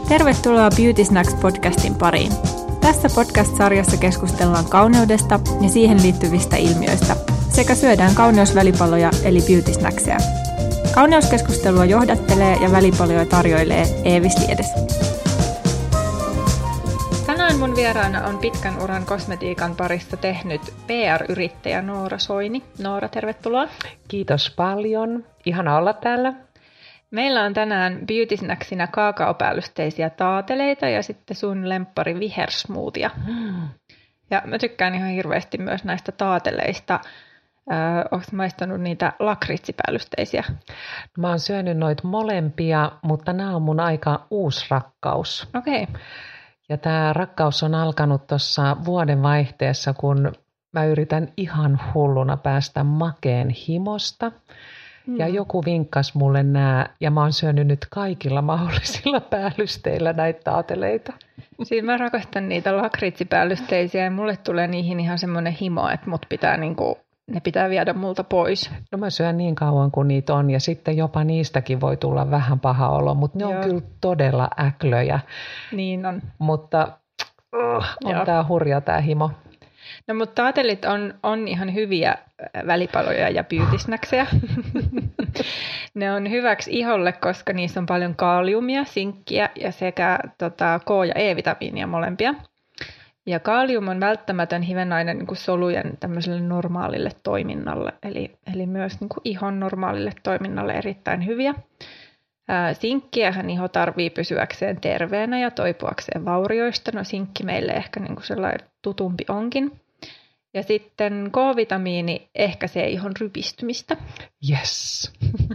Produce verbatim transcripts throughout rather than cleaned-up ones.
Tervetuloa Beauty Snacks-podcastin pariin. Tässä podcast-sarjassa keskustellaan kauneudesta ja siihen liittyvistä ilmiöistä sekä syödään kauneusvälipaloja eli beauty snackseja. Kauneuskeskustelua johdattelee ja välipaloja tarjoilee Eevis Liedes. Tänään mun vieraana on pitkän uran kosmetiikan parissa tehnyt P R-yrittäjä Noora Soini. Noora, tervetuloa. Kiitos paljon. Ihana olla täällä. Meillä on tänään Beauty Snacksina kaakaopäällysteisiä taateleita ja sitten sun lemppari vihersmoothia. Mm. Ja mä tykkään ihan hirveästi myös näistä taateleista. Öö, Oletko maistanut niitä lakritsipäällysteisiä? Mä oon syönyt noita molempia, mutta nämä on mun aika uusi rakkaus. Okei. Okay. Ja tämä rakkaus on alkanut tuossa vuoden vaihteessa, kun mä yritän ihan hulluna päästä makeen himosta. Mm. Ja joku vinkkasi mulle nämä, ja mä oon syönyt nyt kaikilla mahdollisilla päällysteillä näitä taateleita. Siis mä rakastan niitä lakritsipäällysteisiä, ja mulle tulee niihin ihan semmoinen himo, että mut pitää niinku, ne pitää viedä multa pois. No mä syön niin kauan kuin niitä on, ja sitten jopa niistäkin voi tulla vähän paha olo, mutta ne Joo. on kyllä todella äklöjä. Niin on. Mutta uh, on tää hurja tää himo. No mutta taatelit on, on ihan hyviä välipaloja ja beauty snackseja. Ne on hyväksi iholle, koska niissä on paljon kaaliumia, sinkkiä ja sekä tota, K- ja E-vitamiinia molempia. Ja kaalium on välttämätön hivenaine niin kuin solujen tämmöiselle normaalille toiminnalle, eli, eli myös niin kuin ihon normaalille toiminnalle erittäin hyviä. Ää, sinkkiähän iho tarvii pysyäkseen terveenä ja toipuakseen vaurioista. No sinkki meille ehkä niin kuin sellainen tutumpi onkin. Ja sitten K-vitamiini ehkäisee ihon rypistymistä. Yes.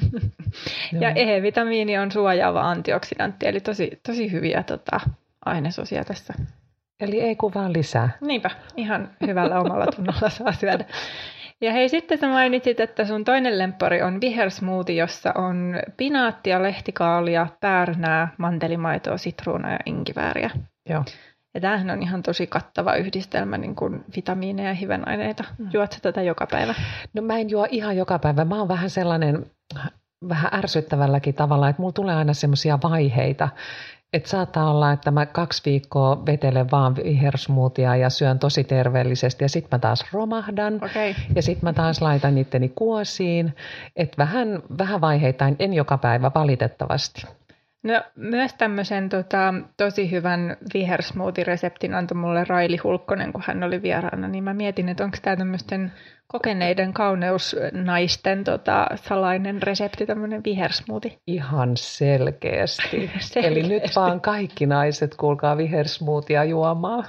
Ja E-vitamiini on suojaava antioksidantti, eli tosi, tosi hyviä tota, ainesosia tässä. Eli ei kun vaan lisää. Niinpä, ihan hyvällä omalla tunnolla saa syödä. Ja hei, sitten sä mainitsit, että sun toinen lemppari on vihersmoothie, jossa on pinaattia, lehtikaalia, päärnää, mantelimaitoa, sitruunaa ja inkivääriä. Joo. Ja tämähän on ihan tosi kattava yhdistelmä niin kuin vitamiineja ja hivenaineita. Juot sä tätä joka päivä? No mä en juo ihan joka päivä. Mä oon vähän sellainen, vähän ärsyttävälläkin tavalla, että mulla tulee aina semmoisia vaiheita. Että saattaa olla, että mä kaksi viikkoa vetelen vaan vihersmoothia ja syön tosi terveellisesti ja sitten mä taas romahdan okay. ja sitten mä taas laitan itteni kuosiin. Että vähän, vähän vaiheittain, en joka päivä valitettavasti. No myös tämmöisen tota, tosi hyvän vihersmoothie-reseptin antoi mulle Raili Hulkkonen, kun hän oli vieraana, niin mä mietin, että onko tämä tämmöisten kokeneiden kauneusnaisten tota, salainen resepti, tämmöinen vihersmoothie? Ihan selkeästi. selkeästi. Eli nyt vaan kaikki naiset, kuulkaa vihersmoothia juomaan.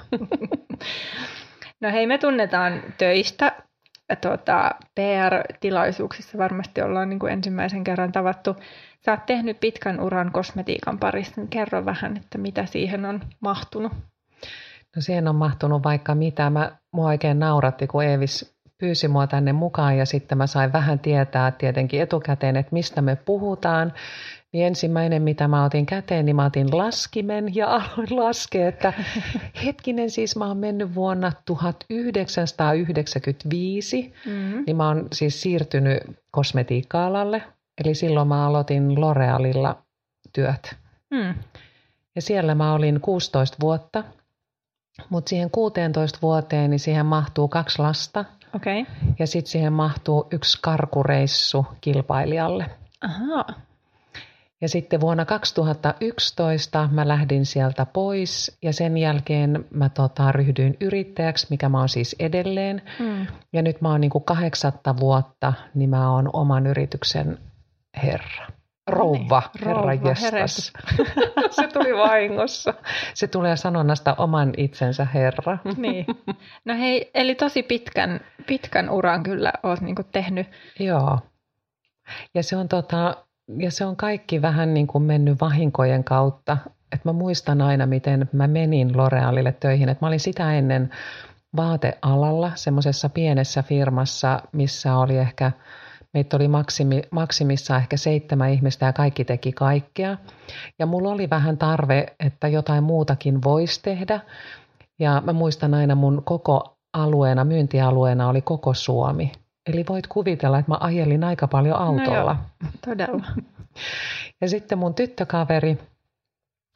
No hei, me tunnetaan töistä. Tuota, P R-tilaisuuksissa varmasti ollaan niin kuin ensimmäisen kerran tavattu. Sä oot tehnyt pitkän uran kosmetiikan parissa. Kerro vähän, että mitä siihen on mahtunut. No siihen on mahtunut vaikka mitä. Mä, mua oikein nauratti, kun Eevis pyysi mua tänne mukaan ja sitten mä sain vähän tietää tietenkin etukäteen, että mistä me puhutaan. Niin ensimmäinen, mitä mä otin käteen, niin mä otin laskimen ja aloin laskea, että hetkinen, siis mä oon mennyt vuonna tuhatyhdeksänsataayhdeksänkymmentäviisi, mm-hmm. niin mä oon siis siirtynyt kosmetiikka-alalle. Eli silloin mä aloitin L'Orealilla työt. Mm. Ja siellä mä olin kuusitoista vuotta, mutta siihen kuusitoista vuoteen niin siihen mahtuu kaksi lasta. Okay. Ja sitten siihen mahtuu yksi karkureissu kilpailijalle. Ahaa. Ja sitten vuonna kaksituhattayksitoista mä lähdin sieltä pois ja sen jälkeen mä tota, ryhdyin yrittäjäksi, mikä mä oon siis edelleen. Mm. Ja nyt mä oon niinku kahdeksatta vuotta, niin mä oon oman yrityksen herra. Rouva, herra jestas. Se tuli vahingossa. Se tulee sanonnasta oman itsensä herra. Niin. No hei, eli tosi pitkän, pitkän uran kyllä oot niinku tehnyt. Joo. Ja se on tota... Ja se on kaikki vähän niin kuin mennyt vahinkojen kautta. Et mä muistan aina, miten mä menin L'Orealille töihin. Et mä olin sitä ennen vaatealalla semmoisessa pienessä firmassa, missä oli ehkä, meitä oli maksimi, maksimissa ehkä seitsemän ihmistä ja kaikki teki kaikkea. Ja mulla oli vähän tarve, että jotain muutakin voisi tehdä. Ja mä muistan aina mun koko alueena, myyntialueena oli koko Suomi. Eli voit kuvitella, että mä ajelin aika paljon autolla. No joo, todella. Ja sitten mun tyttökaveri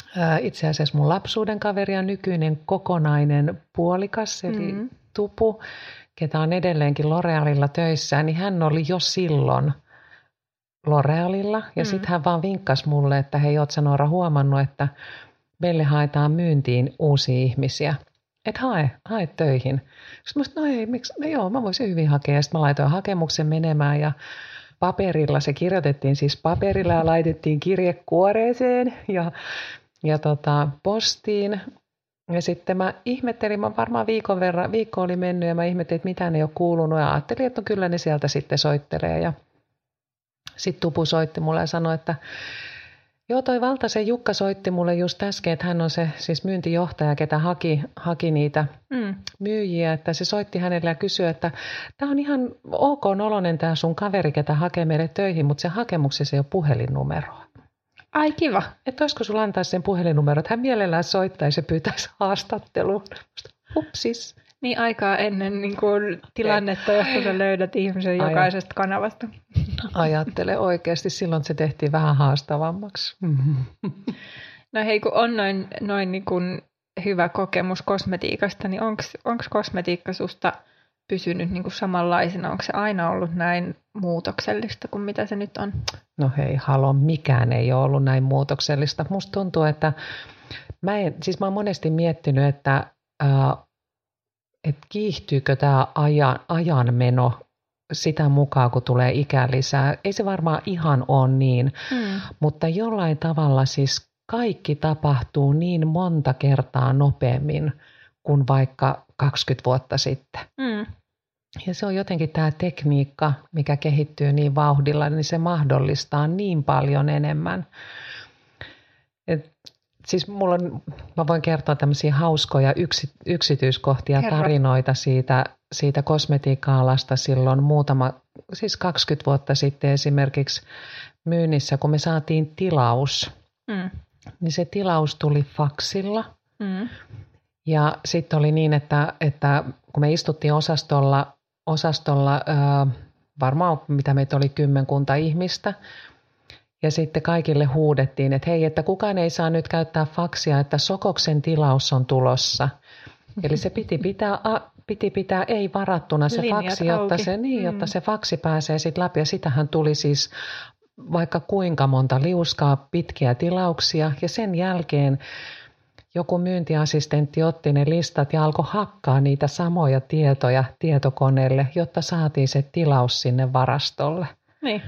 itse asiassa mun lapsuuden kaveri ja nykyinen kokonainen puolikas, eli mm. Tupu, ketä on edelleenkin L'Orealilla töissä, niin hän oli jo silloin L'Orealilla. Ja mm. sitten hän vaan vinkkasi mulle, että hei, oot sä Noora huomannut, että meille haetaan myyntiin uusia ihmisiä. Että hae, hae töihin. Sitten mä sanoin, no ei, miksi? No joo, mä voisin hyvin hakea. Sitten mä laitoin hakemuksen menemään ja paperilla, se kirjoitettiin siis paperilla ja laitettiin kirjekuoreeseen ja, ja tota, postiin. Ja sitten mä ihmettelin, mä varmaan viikon verran, viikko oli mennyt ja mä ihmettelin, että mitään ei ole kuulunut ja ajattelin, että no kyllä ne sieltä sitten soittelee. Ja sitten Tupu soitti mulle ja sanoi, että joo, toi Valtasen Jukka soitti mulle just äsken, että hän on se siis myyntijohtaja, ketä haki, haki niitä mm. myyjiä, että se soitti hänelle ja kysyi, että tämä on ihan ok nolonen tämä sun kaveri, ketä hakee meille töihin, mutta se hakemuksessa ei ole puhelinnumeroa. Ai kiva. Että olisiko sulla antaa sen puhelinnumero, että hän mielellään soittaisi ja pyytäisi haastatteluun. Upsis. Niin aikaa ennen niin kuin tilannetta, jossa sä löydät ihmisen jokaisesta kanavasta. Ajattele oikeasti, silloin se tehtiin vähän haastavammaksi. No hei, kun on noin, noin niin kuin hyvä kokemus kosmetiikasta, niin onko kosmetiikka susta pysynyt niin kuin samanlaisena? Onko se aina ollut näin muutoksellista kuin mitä se nyt on? No hei, halo, mikään ei ole ollut näin muutoksellista. Musta tuntuu, että mä, en, siis mä oon monesti miettinyt, että äh, et kiihtyykö tämä ajan, ajanmeno sitä mukaan, kun tulee ikää lisää. Ei se varmaan ihan ole niin, mm. mutta jollain tavalla siis kaikki tapahtuu niin monta kertaa nopeammin kuin vaikka kaksikymmentä vuotta sitten. Mm. Ja se on jotenkin tämä tekniikka, mikä kehittyy niin vauhdilla, niin se mahdollistaa niin paljon enemmän. Et Siis mulla on, mä voin kertoa tämmöisiä hauskoja yksi, yksityiskohtia, Herra. tarinoita siitä, siitä kosmetiikka-alasta silloin muutama, siis kaksikymmentä vuotta sitten esimerkiksi myynnissä, kun me saatiin tilaus, mm. niin se tilaus tuli faksilla. Mm. Ja sitten oli niin, että, että kun me istuttiin osastolla, osastolla ää, varmaan mitä meitä oli kymmenkunta ihmistä, ja sitten kaikille huudettiin, että hei, että kukaan ei saa nyt käyttää faksia, että Sokoksen tilaus on tulossa. Eli se piti pitää, piti pitää ei varattuna se Linjat faksi, jotta se, niin, mm. jotta se faksi pääsee sitten läpi. Ja sitähän tuli siis vaikka kuinka monta liuskaa pitkiä tilauksia. Ja sen jälkeen joku myyntiassistentti otti ne listat ja alkoi hakkaa niitä samoja tietoja tietokoneelle, jotta saatiin se tilaus sinne varastolle. Niin.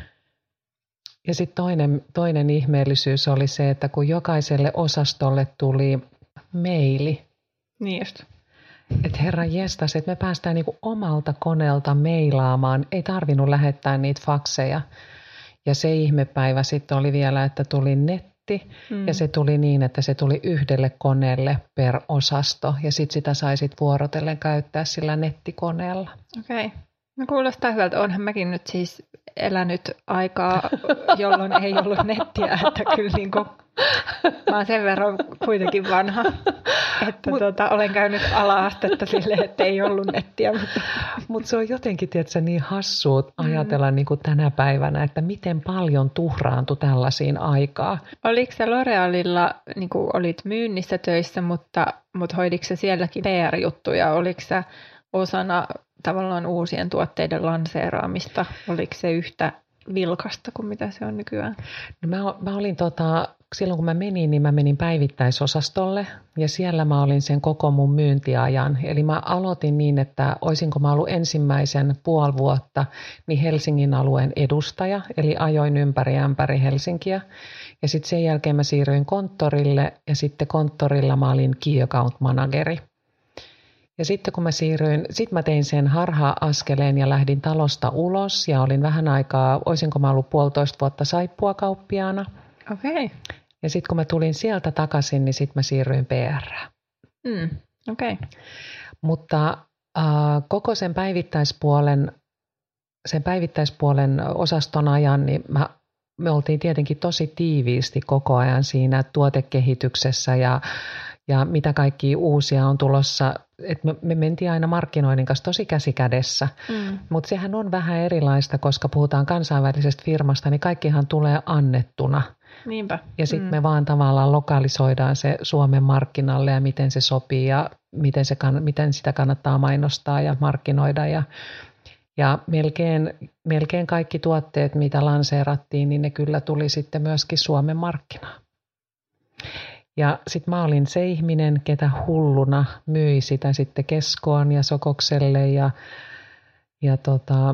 Ja sitten toinen, toinen ihmeellisyys oli se, että kun jokaiselle osastolle tuli meili. Niin just. Että herra jestas, että me päästään niinku omalta koneelta meilaamaan. Ei tarvinnut lähettää niitä fakseja. Ja se ihmepäivä sitten oli vielä, että tuli netti. Mm. Ja se tuli niin, että se tuli yhdelle koneelle per osasto. Ja sitten sitä sai sit vuorotellen käyttää sillä nettikoneella. Okei. Okay. No kuulostaa hyvältä. Onhan mäkin nyt siis elänyt aikaa, jolloin ei ollut nettiä, että kyllä niin kuin, mä oon sen verran kuitenkin vanha, että Mut, tuota, olen käynyt ala-astetta silleen, että ei ollut nettiä. Mutta Mut se on jotenkin tietysti niin hassua ajatella mm. niin kuin tänä päivänä, että miten paljon tuhraantui tällaisiin aikaa. Oliko sä L'Orealilla, niin kuin olit myynnissä töissä, mutta, mutta hoiditko sä sielläkin P R-juttuja? Oliko sä osana tavallaan uusien tuotteiden lanseeraamista? Oliko se yhtä vilkasta kuin mitä se on nykyään? No mä, mä olin tota, silloin kun mä menin, niin mä menin päivittäisosastolle ja siellä mä olin sen koko mun myyntiajan. Eli mä aloitin niin, että olisinko mä ollut ensimmäisen puoli vuotta niin Helsingin alueen edustaja, eli ajoin ympäri ämpäri Helsinkiä. Ja sitten sen jälkeen mä siirryin konttorille ja sitten konttorilla mä olin Key Account Manageri. Ja sitten kun mä siirryin, sitten mä tein sen harha-askeleen ja lähdin talosta ulos ja olin vähän aikaa, olisinko mä ollut puolitoista vuotta saippuakauppiaana. Okei. Okay. Ja sitten kun mä tulin sieltä takaisin, niin sitten mä siirryin P R. Mm, okei. Okay. Mutta äh, koko sen päivittäispuolen, sen päivittäispuolen osaston ajan, niin mä, me oltiin tietenkin tosi tiiviisti koko ajan siinä tuotekehityksessä ja Ja mitä kaikkia uusia on tulossa, että me, me mentiin aina markkinoinnin kanssa tosi käsi kädessä, mm. mutta sehän on vähän erilaista, koska puhutaan kansainvälisestä firmasta, niin kaikkihan tulee annettuna. niinpä. Ja sitten Mm. me vaan tavallaan lokalisoidaan se Suomen markkinalle ja miten se sopii ja miten, se kann- miten sitä kannattaa mainostaa ja markkinoida. Ja, ja melkein, melkein kaikki tuotteet, mitä lanseerattiin, niin ne kyllä tuli sitten myöskin Suomen markkinaan. Ja sitten mä olin se ihminen, ketä hulluna myi sitä sitten Keskoon ja Sokokselle ja, ja tota,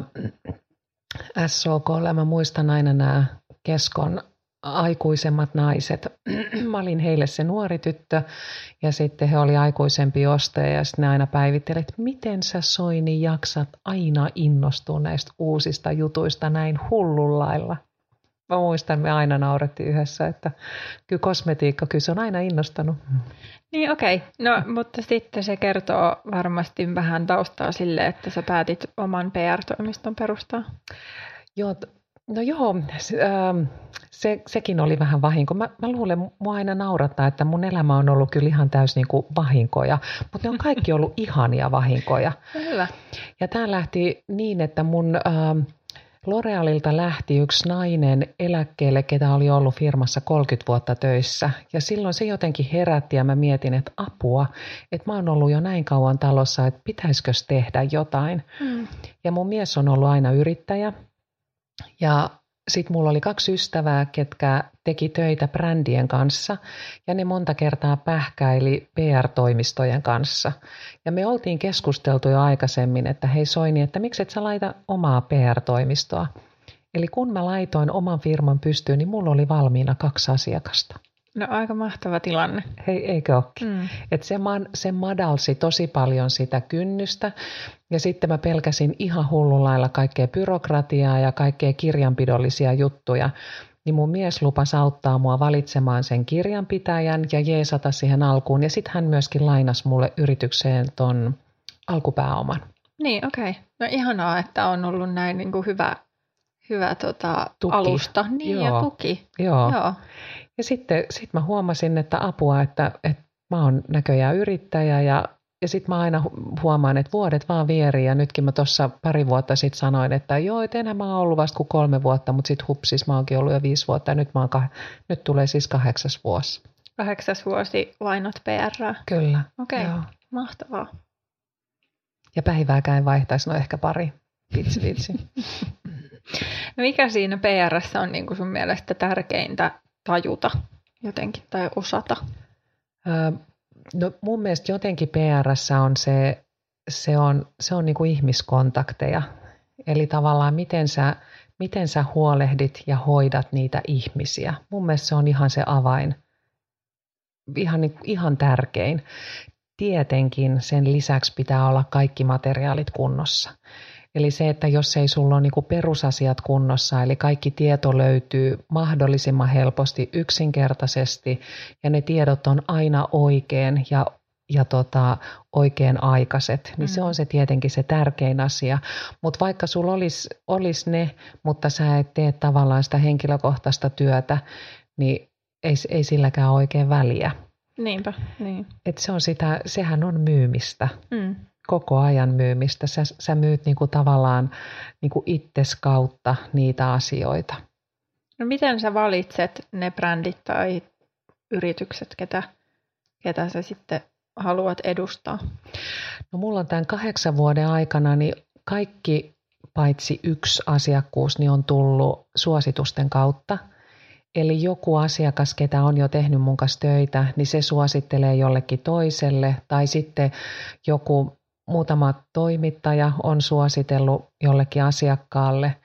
S O K:lle. Mä muistan aina nämä Keskon aikuisemmat naiset. Mä olin heille se nuori tyttö ja sitten he oli aikuisempi ostaja ja sitten ne aina päivittelivät, että miten sä Soini jaksat aina innostua näistä uusista jutuista näin hullunlailla. Mä muistan, me aina naurettiin yhdessä, että kyllä kosmetiikka, kyllä se on aina innostanut. Niin okei, okay. No mutta sitten se kertoo varmasti vähän taustaa sille, että sä päätit oman P R-toimiston perustaa. Joo, no joo, se, ähm, se, sekin oli vähän vahinko. Mä, mä luulen, mua aina naurattaa, että mun elämä on ollut kyllä ihan täys niin kuin vahinkoja, mutta ne on kaikki ollut ihania vahinkoja. Hyvä. Ja tää lähti niin, että mun ähm, L'Orealilta lähti yksi nainen eläkkeelle, ketä oli ollut firmassa kolmekymmentä vuotta töissä. Ja silloin se jotenkin herätti ja mä mietin, että apua, että mä oon ollut jo näin kauan talossa, että pitäisikö tehdä jotain. Mm. Ja mun mies on ollut aina yrittäjä. Ja sitten mulla oli kaksi ystävää, ketkä teki töitä brändien kanssa ja ne monta kertaa pähkäili P R-toimistojen kanssa. Ja me oltiin keskusteltu jo aikaisemmin, että hei Soini, että miksi et sä laita omaa P R-toimistoa? Eli kun mä laitoin oman firman pystyyn, niin mulla oli valmiina kaksi asiakasta. No aika mahtava tilanne. Hei, eikö olekin? Mm. Että se, se madalsi tosi paljon sitä kynnystä ja sitten mä pelkäsin ihan hullun lailla kaikkea byrokratiaa ja kaikkea kirjanpidollisia juttuja. Niin mun mies lupasi auttaa mua valitsemaan sen kirjanpitäjän ja jeesata siihen alkuun. Ja sitten hän myöskin lainasi mulle yritykseen ton alkupääoman. Niin, okei. Okay. No ihanaa, että on ollut näin niin kuin hyvä, hyvä tota, alusta. Niin, Joo. ja tuki. Joo. Joo. Ja sitten sit mä huomasin, että apua, että, että mä oon näköjään yrittäjä ja, ja sitten mä aina huomaan, että vuodet vaan vierii ja nytkin mä tuossa pari vuotta sitten sanoin, että joo, et enää mä oon ollut vasta kuin kolme vuotta, mutta sitten hupsis mä oonkin ollut jo viisi vuotta ja nyt, mä oon kah- nyt tulee siis kahdeksas vuosi. Kahdeksas vuosi lainat P R. Kyllä. Okei, okay. Mahtavaa. Ja päivääkään en vaihtaisi, no ehkä pari. Vitsi, vitsi. No mikä siinä P R:ssä on niin kuin sun mielestä tärkeintä tajuta jotenkin tai osata? Öö, no mun mielestä jotenkin P R:ssä on se, se on, se on niin kuin ihmiskontakteja. Eli tavallaan miten sä, miten sä huolehdit ja hoidat niitä ihmisiä. Mun mielestä se on ihan se avain. Ihan, ihan tärkein. Tietenkin sen lisäksi pitää olla kaikki materiaalit kunnossa. Eli se, että jos ei sulla ole niin kuin perusasiat kunnossa, eli kaikki tieto löytyy mahdollisimman helposti, yksinkertaisesti, ja ne tiedot on aina oikein ja, ja tota, oikein aikaiset, niin mm. se on se tietenkin se tärkein asia. Mutta vaikka sulla olisi, olisi ne, mutta sä et tee tavallaan sitä henkilökohtaista työtä, niin ei, ei silläkään oikein väliä. Niinpä, niin. Et se on sitä, sehän on myymistä. Mm. Koko ajan myymistä. Sä, sä myyt niinku tavallaan niinku itses kautta niitä asioita. No miten sä valitset ne brändit tai yritykset, ketä, ketä sä sitten haluat edustaa? No mulla on tämän kahdeksan vuoden aikana niin kaikki paitsi yksi asiakkuus niin on tullut suositusten kautta. Eli joku asiakas, ketä on jo tehnyt mun kanssa töitä, niin se suosittelee jollekin toiselle. Tai sitten joku muutama toimittaja on suositellut jollekin asiakkaalle.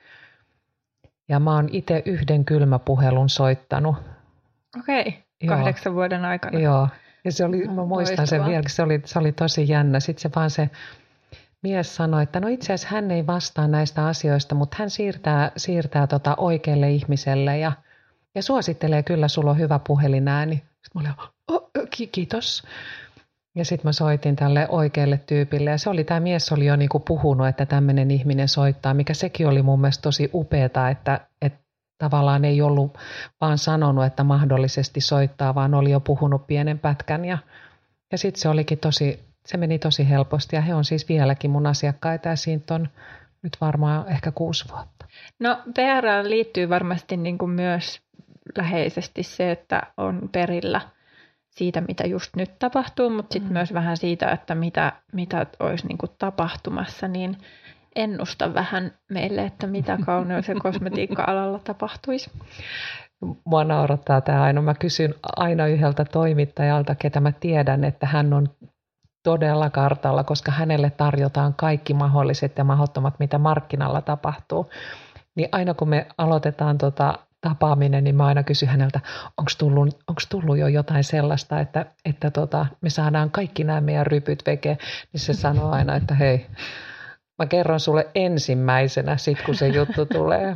Ja mä oon itse yhden kylmäpuhelun soittanut. Okei, kahdeksan vuoden aikana. Joo, ja se oli, mä muistan sen vielä, se oli, se oli tosi jännä. Sitten se vaan se mies sanoi, että no itse asiassa hän ei vastaa näistä asioista, mutta hän siirtää, siirtää tota oikealle ihmiselle ja Ja suosittelee kyllä, sulla on hyvä puhelinääni. Sitten mä olin, oh, kiitos. Ja sitten mä soitin tälle oikealle tyypille. Ja se oli, tämä mies oli jo niinku puhunut, että tämmöinen ihminen soittaa, mikä sekin oli mun mielestä tosi upeata, että, että tavallaan ei ollut vaan sanonut, että mahdollisesti soittaa, vaan oli jo puhunut pienen pätkän. Ja, ja sitten se olikin tosi, se meni tosi helposti. Ja he on siis vieläkin mun asiakkaita ja siitä on nyt varmaan ehkä kuusi vuotta. No P R liittyy varmasti niin kuin myös läheisesti se, että on perillä siitä, mitä just nyt tapahtuu, mutta sitten mm. myös vähän siitä, että mitä, mitä olisi niin kuin tapahtumassa, niin ennusta vähän meille, että mitä kauneus- ja kosmetiikka-alalla tapahtuisi. Mua naurattaa tämä aina. Mä kysyn aina yhdeltä toimittajalta, ketä mä tiedän, että hän on todella kartalla, koska hänelle tarjotaan kaikki mahdolliset ja mahdottomat, mitä markkinalla tapahtuu. Niin aina kun me aloitetaan tota tapaaminen, niin mä aina kysyn häneltä, onko tullut, tullut jo jotain sellaista, että, että tota, me saadaan kaikki nämä meidän rypyt veke. Niin se sanoo aina, että hei, mä kerron sulle ensimmäisenä sit, kun se juttu tulee.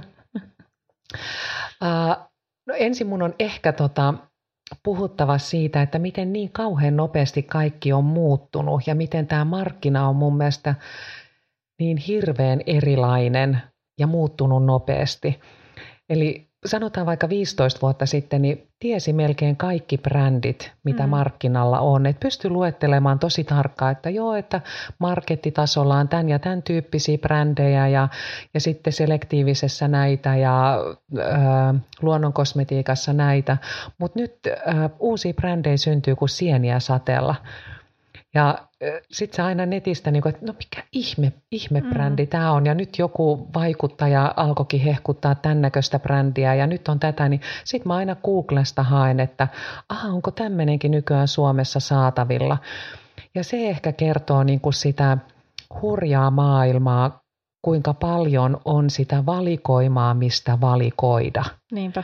Uh, no ensin mun on ehkä tota, puhuttava siitä, että miten niin kauhean nopeasti kaikki on muuttunut ja miten tämä markkina on mun mielestä niin hirveän erilainen ja muuttunut nopeasti. Eli sanotaan vaikka viisitoista vuotta sitten, niin tiesi melkein kaikki brändit, mitä mm. markkinalla on. Et pystyi luettelemaan tosi tarkkaan, että joo, että markettitasolla on tämän ja tämän tyyppisiä brändejä ja, ja sitten selektiivisessä näitä ja äh, luonnonkosmetiikassa näitä. Mutta nyt äh, uusia brändejä syntyy kuin sieniä sateella. Ja sitten se aina netistä, niin kuin, että no mikä ihme, ihmebrändi mm. tämä on. Ja nyt joku vaikuttaja alkoikin hehkuttaa tämän näköistä brändiä ja nyt on tätä. Niin sitten mä aina Googlesta haen, että aha, onko tämmöinenkin nykyään Suomessa saatavilla. Ja se ehkä kertoo niin kuin sitä hurjaa maailmaa, kuinka paljon on sitä valikoimaa, mistä valikoida. Niinpä.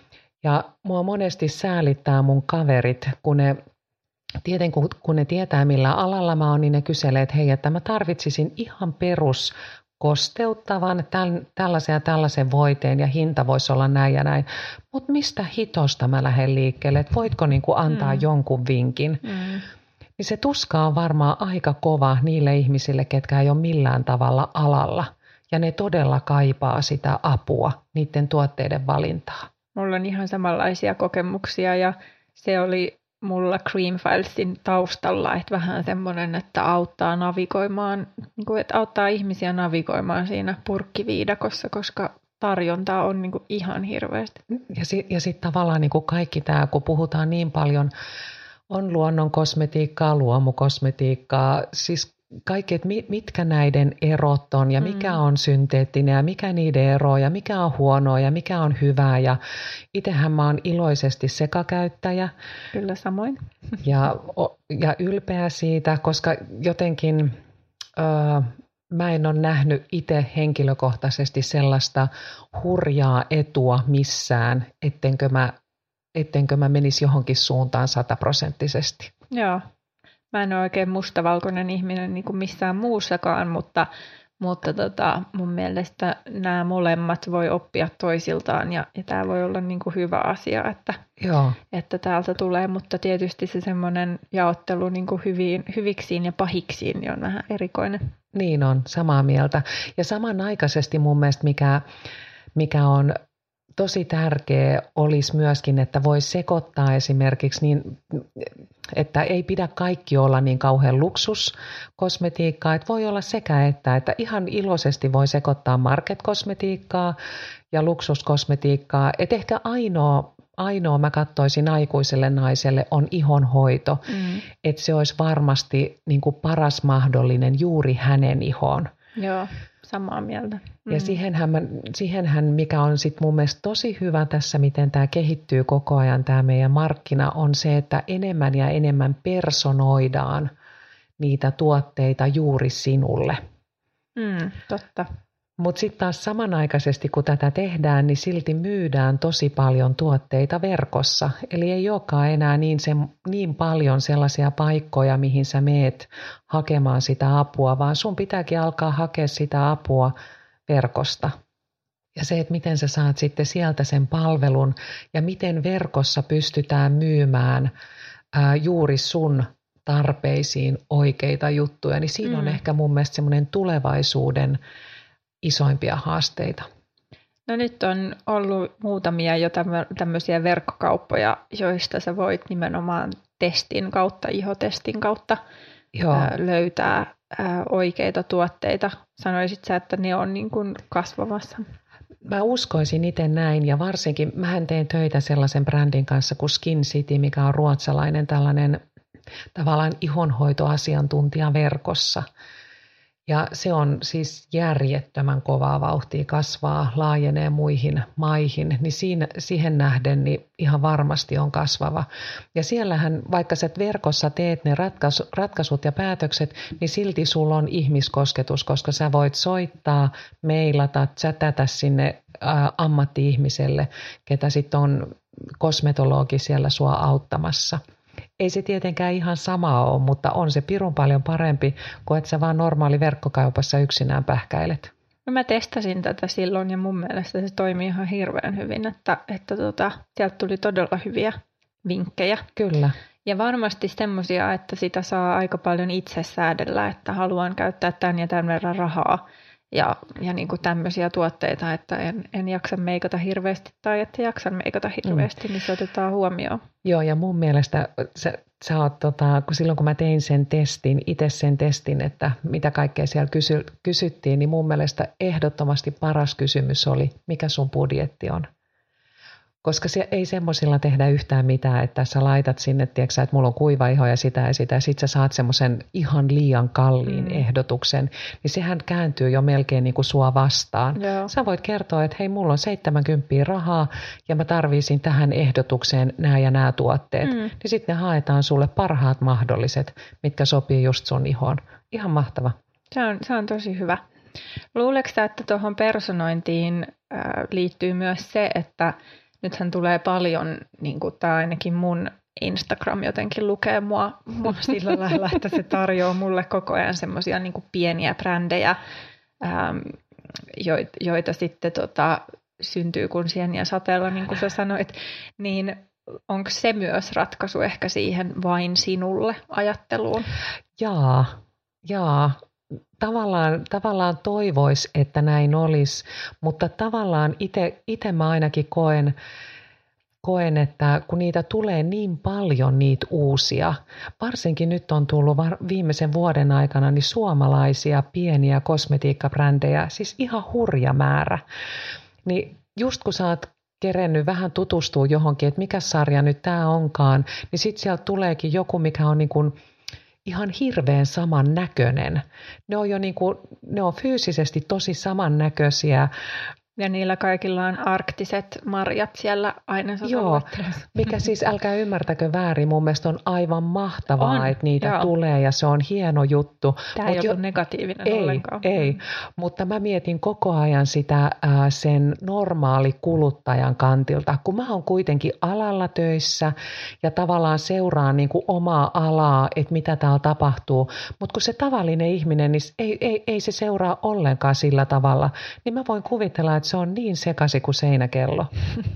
Ja mua monesti säälittää mun kaverit, kun ne Tieten, kun ne tietää, millä alalla mä oon, niin ne kyselee, että hei, että mä tarvitsisin ihan perus kosteuttavan, täl, tällaisen ja tällaisen voiteen ja hinta voisi olla näin ja näin. Mutta mistä hitosta mä lähden liikkeelle, että voitko niinku antaa mm. jonkun vinkin? Mm. Niin se tuska on varmaan aika kova niille ihmisille, ketkä ei ole millään tavalla alalla. Ja ne todella kaipaa sitä apua, niiden tuotteiden valintaa. Mulla on ihan samanlaisia kokemuksia ja se oli mulla Creamfilesin taustalla, että vähän semmoinen, että auttaa navigoimaan, niin kuin, että auttaa ihmisiä navigoimaan siinä purkkiviidakossa, koska tarjontaa on niin kuin ihan hirveästi. Ja sitten ja sit tavallaan niin kuin kaikki tämä, kun puhutaan niin paljon, on luonnonkosmetiikkaa, luomukosmetiikkaa, siis kaikki, että mitkä näiden erot on ja mikä mm. on synteettinen ja mikä niiden ero ja mikä on huonoa ja mikä on hyvää. Ja itsehän mä oon iloisesti sekakäyttäjä. Kyllä samoin. Ja, ja ylpeä siitä, koska jotenkin ö, mä en ole nähnyt itse henkilökohtaisesti sellaista hurjaa etua missään, ettenkö mä, ettenkö mä menisi johonkin suuntaan sataprosenttisesti. Joo. Mä en ole oikein mustavalkoinen ihminen niin kuin missään muussakaan, mutta, mutta tota, mun mielestä nämä molemmat voi oppia toisiltaan ja, ja tämä voi olla niin kuin hyvä asia, että, Joo. että täältä tulee, mutta tietysti se semmoinen jaottelu niin kuin hyviin, hyviksiin ja pahiksiin niin on vähän erikoinen. Niin on, samaa mieltä. Ja samanaikaisesti mun mielestä mikä, mikä on tosi tärkeä olisi myöskin, että voi sekoittaa esimerkiksi niin, että ei pidä kaikki olla niin kauhean luksuskosmetiikkaa, että voi olla sekä että, että ihan iloisesti voi sekoittaa market-kosmetiikkaa ja luksuskosmetiikkaa, että ehkä ainoa, ainoa mä katsoisin aikuiselle naiselle on ihonhoito, mm. että se olisi varmasti niin kuin paras mahdollinen juuri hänen ihoon. Joo. Samaa mieltä. Mm. Ja siihenhän, mä, siihenhän, mikä on sit mun mielestä tosi hyvä tässä, miten tämä kehittyy koko ajan, tämä meidän markkina, on se, että enemmän ja enemmän personoidaan niitä tuotteita juuri sinulle. Mm, totta. Mutta sitten taas samanaikaisesti, kun tätä tehdään, niin silti myydään tosi paljon tuotteita verkossa. Eli ei olekaan enää niin, se, niin paljon sellaisia paikkoja, mihin sä meet hakemaan sitä apua, vaan sun pitääkin alkaa hakea sitä apua verkosta. Ja se, että miten sä saat sitten sieltä sen palvelun ja miten verkossa pystytään myymään ää, juuri sun tarpeisiin oikeita juttuja, niin siinä mm. on ehkä mun mielestä semmoinen tulevaisuuden isoimpia haasteita. No nyt on ollut muutamia jo tämmöisiä verkkokauppoja, joista sä voit nimenomaan testin kautta, ihotestin kautta Joo. löytää oikeita tuotteita. Sanoisit sä, että ne on niin kuin kasvamassa? Mä uskoisin itse näin ja varsinkin mähän teen töitä sellaisen brändin kanssa kuin Skin City, mikä on ruotsalainen tällainen tavallaan ihonhoitoasiantuntija verkossa. Ja se on siis järjettömän kovaa vauhtia kasvaa, laajenee muihin maihin, niin siinä, siihen nähden niin ihan varmasti on kasvava. Ja siellähän, vaikka sä verkossa teet ne ratkaisu, ratkaisut ja päätökset, niin silti sulla on ihmiskosketus, koska sä voit soittaa, mailata, chatata sinne ä, ammatti-ihmiselle, ketä sitten on kosmetologi siellä sua auttamassa. Ei se tietenkään ihan sama ole, mutta on se pirun paljon parempi, kuin että sä vaan normaali verkkokaupassa yksinään pähkäilet. No mä testasin tätä silloin ja mun mielestä se toimii ihan hirveän hyvin, että, että tota, sieltä tuli todella hyviä vinkkejä. Kyllä. Ja varmasti semmoisia, että sitä saa aika paljon itse säädellä, että haluan käyttää tämän ja tämän verran rahaa. Ja, ja niin kuin tämmöisiä tuotteita, että en, en jaksa meikata hirveästi tai että jaksan meikata hirveästi, mm. niin se otetaan huomioon. Joo, ja mun mielestä sä, sä oot, tota, kun silloin kun mä tein sen testin, itse sen testin, että mitä kaikkea siellä kysy, kysyttiin, niin mun mielestä ehdottomasti paras kysymys oli, mikä sun budjetti on. Koska se ei semmoisilla tehdä yhtään mitään, että sä laitat sinne, tiedätkö, että mulla on kuiva iho ja sitä ja sitä, ja sit sä saat semmoisen ihan liian kalliin mm. ehdotuksen, niin sehän kääntyy jo melkein niin kuin sua vastaan. Joo. Sä voit kertoa, että hei, mulla on seitsemänkymmentä rahaa ja mä tarvisin tähän ehdotukseen nämä ja nämä tuotteet. Mm. Niin sitten ne haetaan sulle parhaat mahdolliset, mitkä sopii just sun ihoon. Ihan mahtava. Se on, se on tosi hyvä. Luuleeko sä, että tuohon personointiin äh, liittyy myös se, että nythän tulee paljon, niin kuin tämä ainakin mun Instagram jotenkin lukee mua, mua sillä lailla, että se tarjoaa mulle koko ajan semmoisia niin kuin pieniä brändejä, ähm, joita, joita sitten tota, syntyy kun sieniä sateella, niin kuin sä sanoit. Niin onko se myös ratkaisu ehkä siihen vain sinulle ajatteluun? Jaa, jaa. Tavallaan, tavallaan toivoisi, että näin olisi, mutta tavallaan itse mä ainakin koen, koen, että kun niitä tulee niin paljon niitä uusia, varsinkin nyt on tullut viimeisen vuoden aikana niin suomalaisia pieniä kosmetiikkabrändejä, siis ihan hurja määrä, niin just kun sä oot kerennyt vähän tutustua johonkin, että mikä sarja nyt tää onkaan, niin sit sieltä tuleekin joku, mikä on niin kuin ihan hirveän samannäköinen. Ne on jo niin kuin, ne on fyysisesti tosi samannäköisiä. Ja niillä kaikilla on arktiset marjat siellä aina. Joo, mikä siis älkää ymmärtäkö väärin, mun mielestä on aivan mahtavaa, on, että niitä joo. tulee ja se on hieno juttu. Tämä ei ollut negatiivinen ei, ollenkaan. Ei, mutta mä mietin koko ajan sitä ää, sen normaali kuluttajan kantilta, kun mä oon kuitenkin alalla töissä ja tavallaan seuraan niin kuin omaa alaa, että mitä täällä tapahtuu, mutta kun se tavallinen ihminen, niin ei, ei, ei se seuraa ollenkaan sillä tavalla, niin mä voin kuvitella, että se on niin sekaisin kuin seinäkello.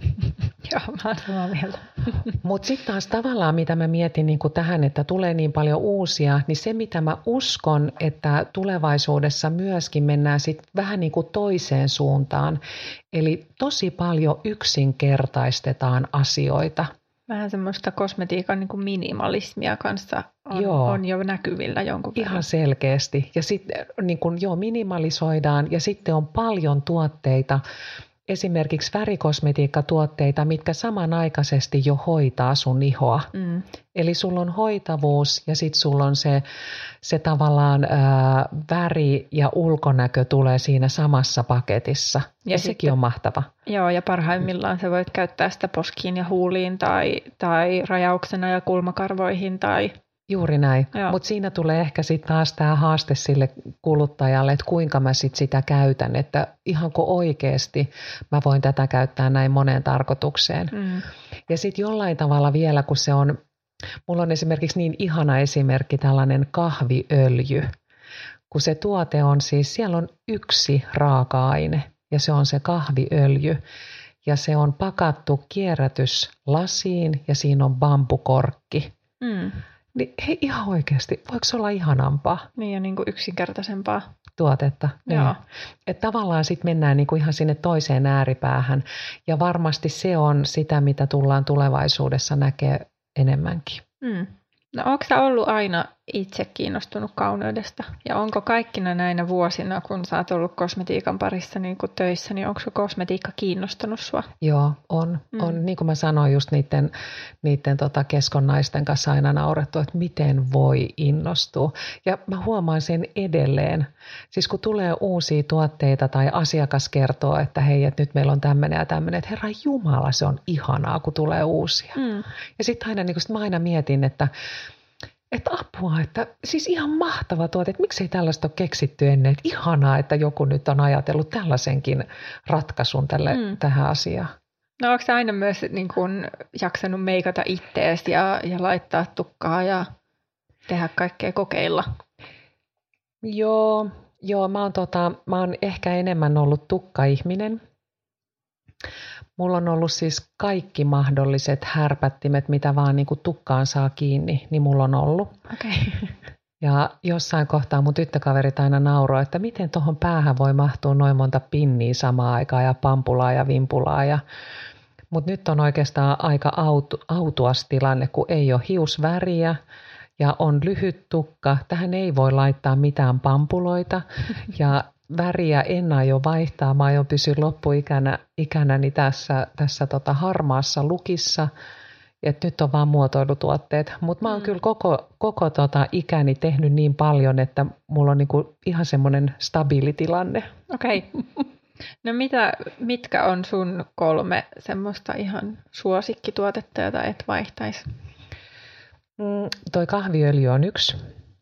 Joo, mä oon samaa mieltä. Mutta sitten taas tavallaan, mitä mä mietin niin kuin tähän, että tulee niin paljon uusia, niin se mitä mä uskon, että tulevaisuudessa myöskin mennään sitten vähän niin kuin toiseen suuntaan. Eli tosi paljon yksinkertaistetaan asioita. Vähän semmoista kosmetiikan niin kuin minimalismia kanssa on, on jo näkyvillä jonkun verran. Ihan selkeästi. Ja sitten niin kuin, joo, minimalisoidaan ja sitten on paljon tuotteita, esimerkiksi värikosmetiikkatuotteita, mitkä samanaikaisesti jo hoitaa sun ihoa. Mm. Eli sulla on hoitavuus ja sitten sulla on se, se tavallaan ää, väri ja ulkonäkö tulee siinä samassa paketissa. Ja, ja sekin sitten, on mahtava. Joo, ja parhaimmillaan sä voit käyttää sitä poskiin ja huuliin tai, tai rajauksena ja kulmakarvoihin tai... Juuri näin, mutta siinä tulee ehkä sitten taas tämä haaste sille kuluttajalle, että kuinka mä sit sitä käytän, että ihanko oikeasti mä voin tätä käyttää näin moneen tarkoitukseen. Mm. Ja sitten jollain tavalla vielä, kun se on, mulla on esimerkiksi niin ihana esimerkki tällainen kahviöljy, kun se tuote on siis, siellä on yksi raaka-aine ja se on se kahviöljy ja se on pakattu kierrätyslasiin ja siinä on bambukorkki. Mm. Niin hei, ihan oikeasti, voiko se olla ihanampaa? Niin ja niin kuin yksinkertaisempaa tuotetta. Joo. Niin. Että tavallaan sitten mennään niin kuin ihan sinne toiseen ääripäähän ja varmasti se on sitä, mitä tullaan tulevaisuudessa näkee enemmänkin. Mm. No onko sä ollut aina itse kiinnostunut kauneudesta? Ja onko kaikkina näinä vuosina, kun sä oot ollut kosmetiikan parissa niin kuin töissä, niin onko kosmetiikka kiinnostanut sua? Joo, on. Mm. on. Niin kuin mä sanoin just niiden, niiden tota keskon naisten kanssa aina naurettu, että miten voi innostua. Ja mä huomaan sen edelleen. Siis kun tulee uusia tuotteita tai asiakas kertoo, että hei, että nyt meillä on tämmöinen ja tämmöinen, että herra Jumala, se on ihanaa, kun tulee uusia. Mm. Ja sitten aina, niin kun sit mä aina mietin, että Että apua, että siis ihan mahtava tuote, että miksei tällaista ole keksitty ennen. Että ihanaa, että joku nyt on ajatellut tällaisenkin ratkaisun tälle, mm. tähän asiaan. No onko sä aina myös niin kun, jaksanut meikata ittees ja, ja laittaa tukkaa ja tehdä kaikkea kokeilla? Joo, joo mä, oon tota, mä oon ehkä enemmän ollut tukkaihminen. Mulla on ollut siis kaikki mahdolliset härpättimet, mitä vaan niin kuin tukkaan saa kiinni, niin mulla on ollut. Okay. Ja jossain kohtaa mun tyttökaverit aina nauroi, että miten tuohon päähän voi mahtua noin monta pinniä samaan aikaan ja pampulaa ja vimpulaa. Ja... Mutta nyt on oikeastaan aika autu, autuas tilanne, kun ei ole hiusväriä ja on lyhyt tukka. Tähän ei voi laittaa mitään pampuloita ja väriä en aio vaihtaa. Mä aion pysyä loppuikänä ikänäni tässä, tässä tota harmaassa lukissa. Et nyt on vaan muotoilutuotteet. Mutta mä oon mm. kyllä koko, koko tota ikäni tehnyt niin paljon, että mulla on niinku ihan semmoinen stabiili tilanne. Okei. Okay. No mitä, mitkä on sun kolme semmoista ihan suosikkituotetta, jota et vaihtaisi? Mm, toi kahviöljy on yksi.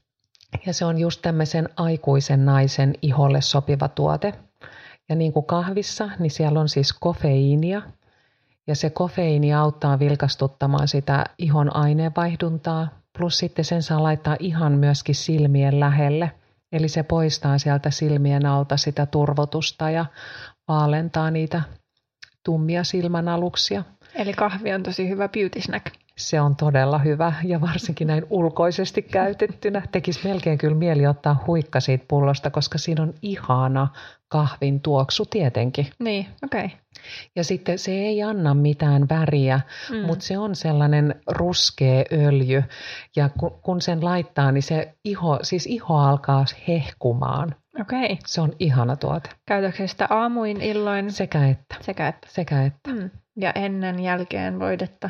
Ja se on just tämmöisen aikuisen naisen iholle sopiva tuote. Ja niin kuin kahvissa, niin siellä on siis kofeiinia. Ja se kofeiini auttaa vilkastuttamaan sitä ihon aineenvaihduntaa. Plus sitten sen saa laittaa ihan myöskin silmien lähelle. Eli se poistaa sieltä silmien alta sitä turvotusta ja vaalentaa niitä tummia silmänaluksia. Eli kahvi on tosi hyvä beauty snack. Se on todella hyvä ja varsinkin näin ulkoisesti käytettynä. Tekisi melkein kyllä mieli ottaa huikka siitä pullosta, koska siinä on ihana kahvin tuoksu tietenkin. Niin, okei. Okay. Ja sitten se ei anna mitään väriä, mm. mutta se on sellainen ruskea öljy. Ja kun, kun sen laittaa, niin se iho, siis iho alkaa hehkumaan. Okei. Okay. Se on ihana tuote. Käytätkö sitä aamuin, illoin? Sekä että. Sekä että. Sekä että. Mm. Ja ennen, jälkeen voidetta?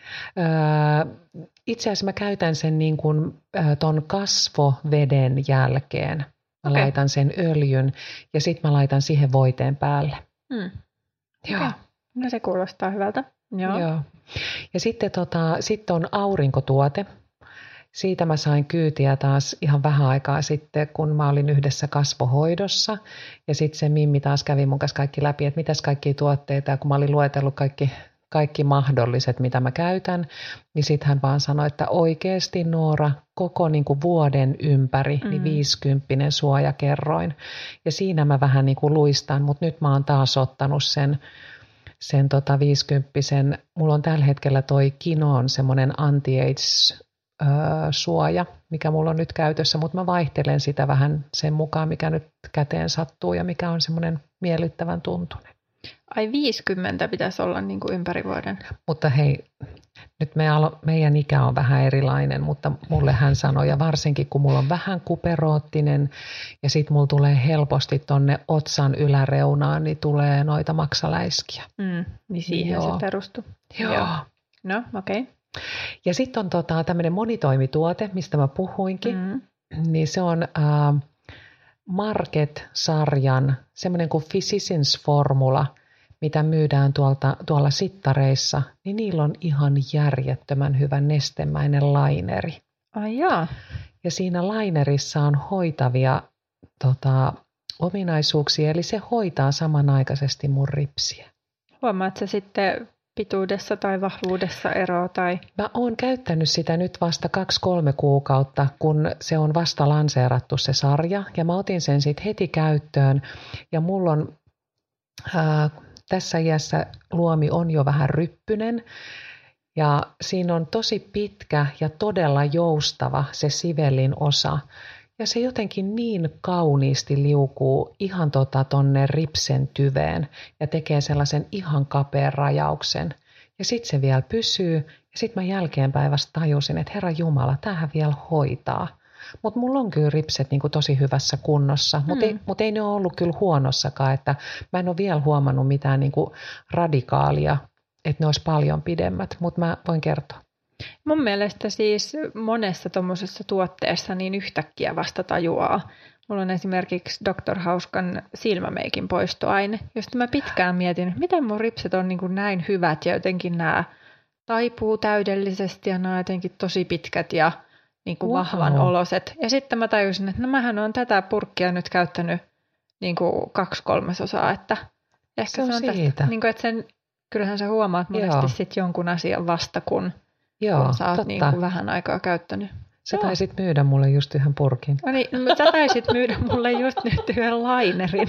Öö, itse asiassa mä käytän sen niin kuin ö, ton kasvoveden jälkeen. Mä okay. laitan sen öljyn ja sitten mä laitan siihen voiteen päälle. Mm. Joo. Okay. No se kuulostaa hyvältä. Joo. Joo. Ja sitten tota, sit on aurinkotuote. Siitä mä sain kyytiä taas ihan vähän aikaa sitten, kun mä olin yhdessä kasvohoidossa. Ja sitten se Mimmi taas kävi mun kanssa kaikki läpi, että mitäs kaikkia tuotteita. Ja kun mä olin luetellut kaikki, kaikki mahdolliset, mitä mä käytän, niin sitten hän vaan sanoi, että oikeasti Noora, koko niin kuin vuoden ympäri, mm. niin viisikymppinen suojakerroin. Ja siinä mä vähän niin kuin luistan, mutta nyt mä oon taas ottanut sen, sen tota viisikymppisen. Mulla on tällä hetkellä toi Kinoon semmoinen anti-age suoja, mikä mulla on nyt käytössä, mutta mä vaihtelen sitä vähän sen mukaan, mikä nyt käteen sattuu ja mikä on semmoinen miellyttävän tuntunen. Ai viisikymmentä pitäisi olla niin kuin ympäri vuoden. Mutta hei, nyt me alo- meidän ikä on vähän erilainen, mutta mulle hän sanoi, ja varsinkin kun mulla on vähän kuperoottinen ja sit mulla tulee helposti tonne otsan yläreunaan, niin tulee noita maksaläiskiä. Mm, niin siihen Joo. se perustuu. Joo. Joo. No, okei. Okay. Ja sitten on tota, tämmöinen monitoimituote, mistä mä puhuinkin, mm. niin se on äh, Market-sarjan semmoinen kuin Physicians Formula, mitä myydään tuolta, tuolla sittareissa, niin niillä on ihan järjettömän hyvä nestemäinen laineri. Ai jaa. Ja siinä lainerissa on hoitavia tota, ominaisuuksia, eli se hoitaa samanaikaisesti mun ripsiä. Huomaatko sä sitten pituudessa tai vahvuudessa eroa? Tai... Mä oon käyttänyt sitä nyt vasta kaksi kolme kuukautta, kun se on vasta lanseerattu se sarja. Ja mä otin sen sitten heti käyttöön. Ja mulla on ää, tässä iässä luomi on jo vähän ryppynen. Ja siinä on tosi pitkä ja todella joustava se sivellin osa. Ja se jotenkin niin kauniisti liukuu ihan tota tonne ripsen tyveen ja tekee sellaisen ihan kapean rajauksen. Ja sitten se vielä pysyy Ja sitten mä jälkeenpäin vasta tajusin, että Herra Jumala, tämähän vielä hoitaa. Mutta mulla on kyllä ripset niin kuin tosi hyvässä kunnossa, mutta mm. ei, mut ei ne ole ollut kyllä huonossakaan, että mä en ole vielä huomannut mitään niin kuin radikaalia, että ne olisi paljon pidemmät, mutta mä voin kertoa. Mun mielestä siis monessa tuommoisessa tuotteessa niin yhtäkkiä vasta tajuaa. Mulla on esimerkiksi doktor Hauskan silmämeikin poistoaine, josta mä pitkään mietin, miten mun ripset on niin kuin näin hyvät ja jotenkin nämä taipuu täydellisesti ja nämä on jotenkin tosi pitkät ja niin kuin wow. vahvan oloset. Ja sitten mä tajusin, että no mähän on tätä purkkia nyt käyttänyt niin kuin kaksi kolmasosaa, että ehkä se on, se on tästä. Niin kuin, että sen, kyllähän sä huomaat monesti sitten jonkun asian vasta, kun, Joo, kun sä oot niin kuin vähän aikaa käyttänyt. Sä taisit myydä mulle just yhden purkin. No niin, sä taisit myydä mulle just nyt yhden lainerin.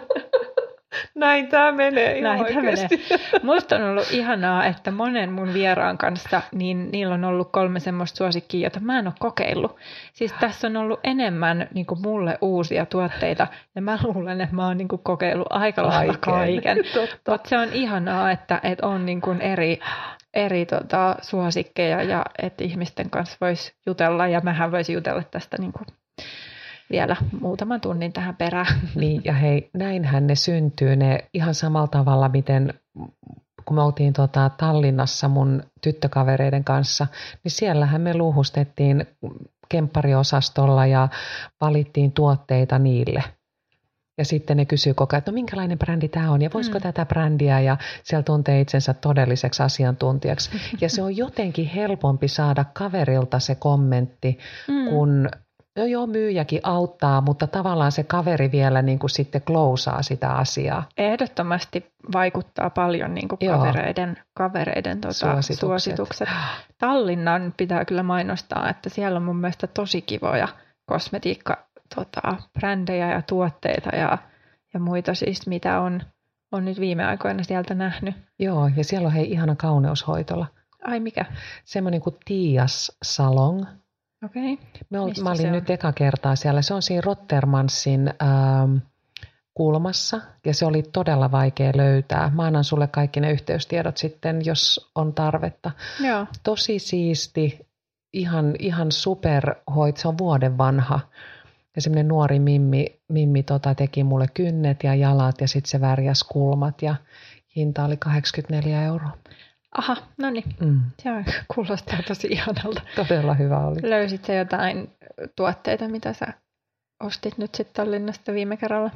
Näin tämä menee ihan Näin oikeasti. Menee. Musta on ollut ihanaa, että monen mun vieraan kanssa, niin niillä on ollut kolme semmoista suosikkia, jota mä en ole kokeillut. Siis tässä on ollut enemmän niin kuin mulle uusia tuotteita, ja mä luulen, että mä oon niin kuin kokeillut aika lailla kaiken. Mutta se on ihanaa, että, että on niin kuin eri, eri tota, suosikkeja, ja että ihmisten kanssa voisi jutella, ja mähän voisin jutella tästä niin kuin vielä muutaman tunnin tähän perään. Niin, ja hei, näinhän ne syntyy, ne ihan samalla tavalla, miten kun me oltiin tota Tallinnassa mun tyttökavereiden kanssa, niin siellähän me luuhustettiin kemppariosastolla ja valittiin tuotteita niille. Ja sitten ne kysyy koko ajan, että no minkälainen brändi tämä on ja voisiko mm. tätä brändiä, ja siellä tuntee itsensä todelliseksi asiantuntijaksi. Ja se on jotenkin helpompi saada kaverilta se kommentti, mm. kun no joo, myyjäkin auttaa, mutta tavallaan se kaveri vielä niin kuin sitten klousaa sitä asiaa. Ehdottomasti vaikuttaa paljon niin kuin kavereiden, kavereiden tota, suositukset. suositukset. Tallinnan pitää kyllä mainostaa, että siellä on mun mielestä tosi kivoja kosmetiikka tota, brändejä ja tuotteita ja, ja muita siis, mitä on, on nyt viime aikoina sieltä nähnyt. Joo, ja siellä on hei ihana kauneushoitola. Ai mikä? Semmoinen kuin Tias Salon. Okei. Okay. Mä olin nyt eka kertaa siellä. Se on siinä Rottermansin ähm, kulmassa ja se oli todella vaikea löytää. Mä annan sulle kaikki ne yhteystiedot sitten, jos on tarvetta. Joo. Tosi siisti, ihan, ihan superhoit. Se on vuoden vanha. Ja semmoinen nuori mimmi, mimmi tota, teki mulle kynnet ja jalat ja sitten se värjäs kulmat ja hinta oli kahdeksankymmentäneljä euroa. Aha, no niin. Mm. Se kuulostaa tosi ihanalta. Todella hyvä oli. Löysit sä jotain tuotteita, mitä sä ostit nyt sitten Tallinnasta viime kerralla?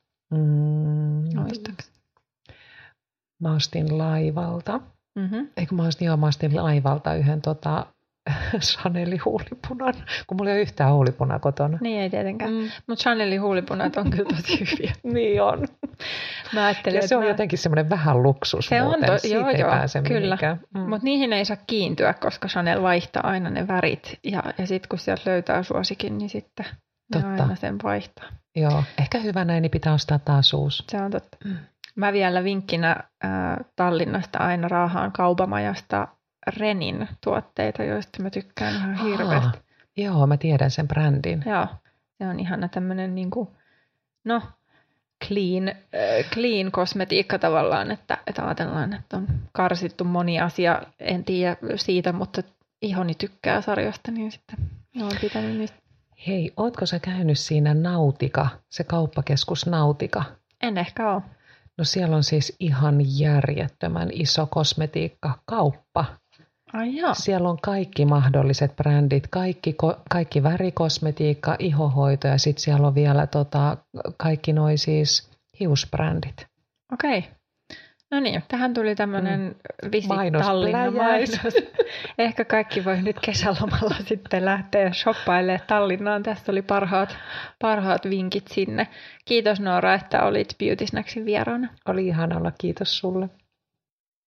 Mm. Muistaaks? Mä ostin Laivalta. Mm-hmm. Eikö mä ostin, joo, mä ostin Laivalta yhden tota, Chanelin huulipunan, kun mulla ei ole yhtään huulipunaa kotona. Niin ei tietenkään, mm. mutta Chanelin huulipunat on kyllä tosi hyviä. Niin on. Mä ajattelin, ja se on mä... jotenkin semmoinen vähän luksus se muuten. On to... Siitä joo, ei joo, pääse kyllä. Mm. Mutta niihin ei saa kiintyä, koska Chanel vaihtaa aina ne värit. Ja, ja sitten kun sieltä löytää suosikin, niin sitten ne aina sen vaihtaa. Joo, ehkä hyvä näin, niin pitää ostaa taas uusi. Se on totta. Mm. Mä vielä vinkkinä äh, Tallinnasta aina raahaan Kaupamajasta Renin tuotteita, joista mä tykkään ihan hirveästi. Joo, mä tiedän sen brändin. Joo, se on ihana tämmöinen niinku, no, clean, äh, clean kosmetiikka tavallaan, että, että ajatellaan, että on karsittu moni asia, en tiedä siitä, mutta ihoni tykkää sarjasta, niin sitten olen pitänyt niistä. Hei, ootko sä käynyt siinä Nautika, se kauppakeskus Nautika? En ehkä ole. No siellä on siis ihan järjettömän iso kosmetiikkakauppa. Ai joo. Siellä on kaikki mahdolliset brändit, kaikki, kaikki värikosmetiikka, ihohoito ja sitten siellä on vielä tota, kaikki noi siis hiusbrändit. Okei. Okay. No niin, tähän tuli tämmöinen mm. visit Tallinnan mainos. Ehkä kaikki voi nyt kesälomalla sitten lähteä shoppailemaan Tallinnaan. Tässä oli parhaat, parhaat vinkit sinne. Kiitos Noora, että olit Beauty Snacksin vieraana. Oli ihana olla, kiitos sulle.